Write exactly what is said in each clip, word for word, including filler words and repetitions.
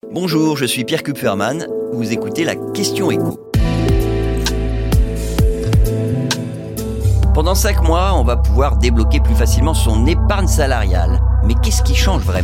Bonjour, je suis Pierre Kupferman, vous écoutez la Question Éco. Pendant cinq mois, on va pouvoir débloquer plus facilement son épargne salariale. Mais qu'est-ce qui change vraiment ?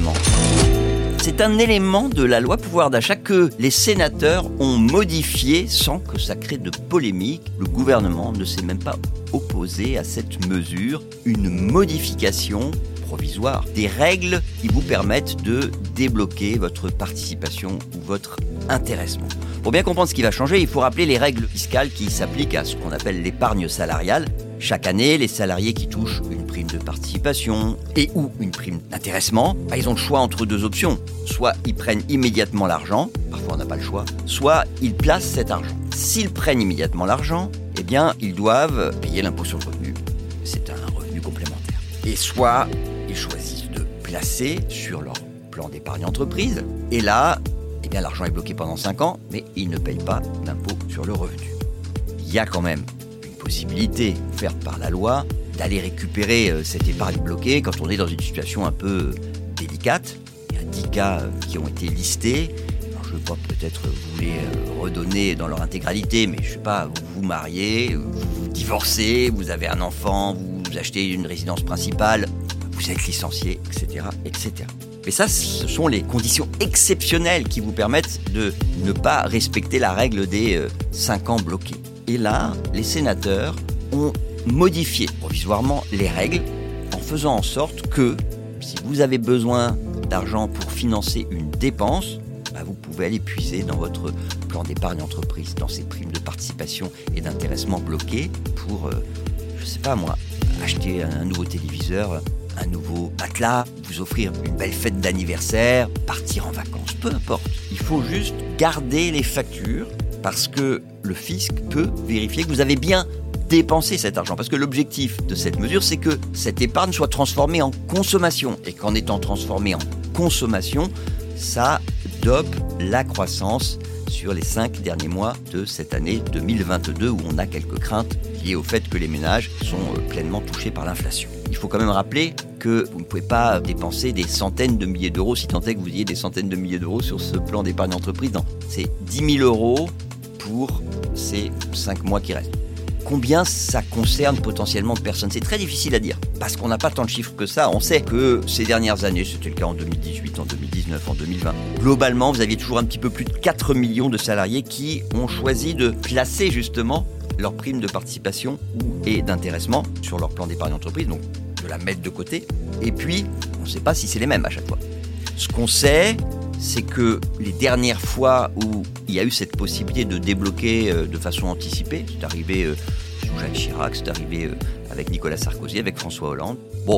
C'est un élément de la loi pouvoir d'achat que les sénateurs ont modifié sans que ça crée de polémique. Le gouvernement ne s'est même pas opposé à cette mesure, une modification provisoire des règles qui vous permettent de débloquer votre participation ou votre intéressement. Pour bien comprendre ce qui va changer, il faut rappeler les règles fiscales qui s'appliquent à ce qu'on appelle l'épargne salariale. Chaque année, les salariés qui touchent une prime de participation et ou une prime d'intéressement, bah, ils ont le choix entre deux options. Soit ils prennent immédiatement l'argent, parfois on n'a pas le choix, soit ils placent cet argent. S'ils prennent immédiatement l'argent, eh bien, ils doivent payer l'impôt sur le revenu. C'est un revenu complémentaire. Et soit ils choisissent de placer sur leur plan d'épargne entreprise. Et là, eh bien, l'argent est bloqué pendant cinq ans, mais ils ne payent pas d'impôt sur le revenu. Il y a quand même possibilité offerte par la loi d'aller récupérer euh, cette épargne bloquée quand on est dans une situation un peu euh, délicate. Il y a dix cas euh, qui ont été listés. Alors, je ne veux pas peut-être vous les euh, redonner dans leur intégralité, mais je ne sais pas, vous vous mariez, vous vous divorcez, vous avez un enfant, vous achetez une résidence principale, vous êtes licencié, et cetera, et cetera. Mais ça, ce sont les conditions exceptionnelles qui vous permettent de ne pas respecter la règle des euh, cinq ans bloqués. Et là, les sénateurs ont modifié provisoirement les règles en faisant en sorte que si vous avez besoin d'argent pour financer une dépense, bah vous pouvez aller puiser dans votre plan d'épargne entreprise, dans ces primes de participation et d'intéressement bloquées pour, euh, je ne sais pas moi, acheter un nouveau téléviseur, un nouveau matelas, vous offrir une belle fête d'anniversaire, partir en vacances, peu importe. Il faut juste garder les factures parce que le fisc peut vérifier que vous avez bien dépensé cet argent. Parce que l'objectif de cette mesure, c'est que cette épargne soit transformée en consommation. Et qu'en étant transformée en consommation, ça dope la croissance sur les cinq derniers mois de cette année deux mille vingt-deux, où on a quelques craintes liées au fait que les ménages sont pleinement touchés par l'inflation. Il faut quand même rappeler que vous ne pouvez pas dépenser des centaines de milliers d'euros, si tant est que vous ayez des centaines de milliers d'euros sur ce plan d'épargne entreprise. Non, c'est dix mille euros pour ces cinq mois qui restent. Combien ça concerne potentiellement de personnes ? C'est très difficile à dire, parce qu'on n'a pas tant de chiffres que ça. On sait que ces dernières années, c'était le cas en deux mille dix-huit, en deux mille dix-neuf, en deux mille vingt, globalement, vous aviez toujours un petit peu plus de quatre millions de salariés qui ont choisi de placer justement leur prime de participation et d'intéressement sur leur plan d'épargne entreprise, donc de la mettre de côté. Et puis, on ne sait pas si c'est les mêmes à chaque fois. Ce qu'on sait, c'est que les dernières fois où il y a eu cette possibilité de débloquer euh, de façon anticipée, c'est arrivé euh, sous Jacques Chirac, c'est arrivé euh, avec Nicolas Sarkozy, avec François Hollande. Bon,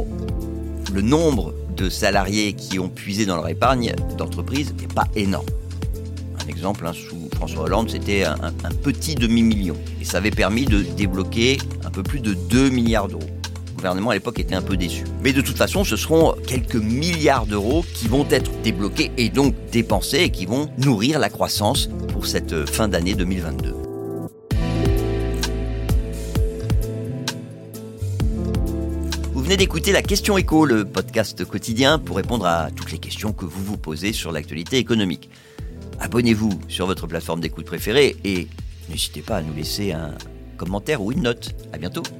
le nombre de salariés qui ont puisé dans leur épargne d'entreprise n'est pas énorme. Un exemple, hein, sous François Hollande, c'était un, un, un petit demi-million. Et ça avait permis de débloquer un peu plus de deux milliards d'euros. Le gouvernement à l'époque était un peu déçu. Mais de toute façon, ce seront quelques milliards d'euros qui vont être débloqués et donc dépensés et qui vont nourrir la croissance pour cette fin d'année deux mille vingt-deux. Vous venez d'écouter la Question Éco, le podcast quotidien pour répondre à toutes les questions que vous vous posez sur l'actualité économique. Abonnez-vous sur votre plateforme d'écoute préférée et n'hésitez pas à nous laisser un commentaire ou une note. À bientôt.